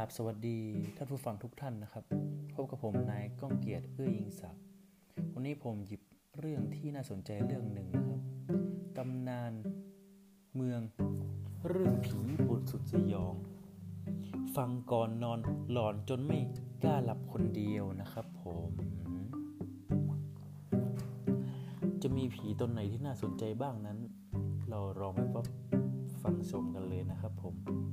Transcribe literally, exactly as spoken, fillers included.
บสวัสดีท่านผู้ฟังทุกท่านนะครับพบกับผมนายก้องเกียรติเอื้อยิงศักดิ์วันนี้ผมหยิบเรื่องที่น่าสนใจเรื่องหนึ่งนะครับตำนานเมืองเรื่องผีญี่ปุ่นสุดสยองฟังก่อนนอนหลอนจนไม่กล้าหลับคนเดียวนะครับผมจะมีผีตนไหนที่น่าสนใจบ้างนั้นเราลองไปฟังชมกันเลยนะครับผม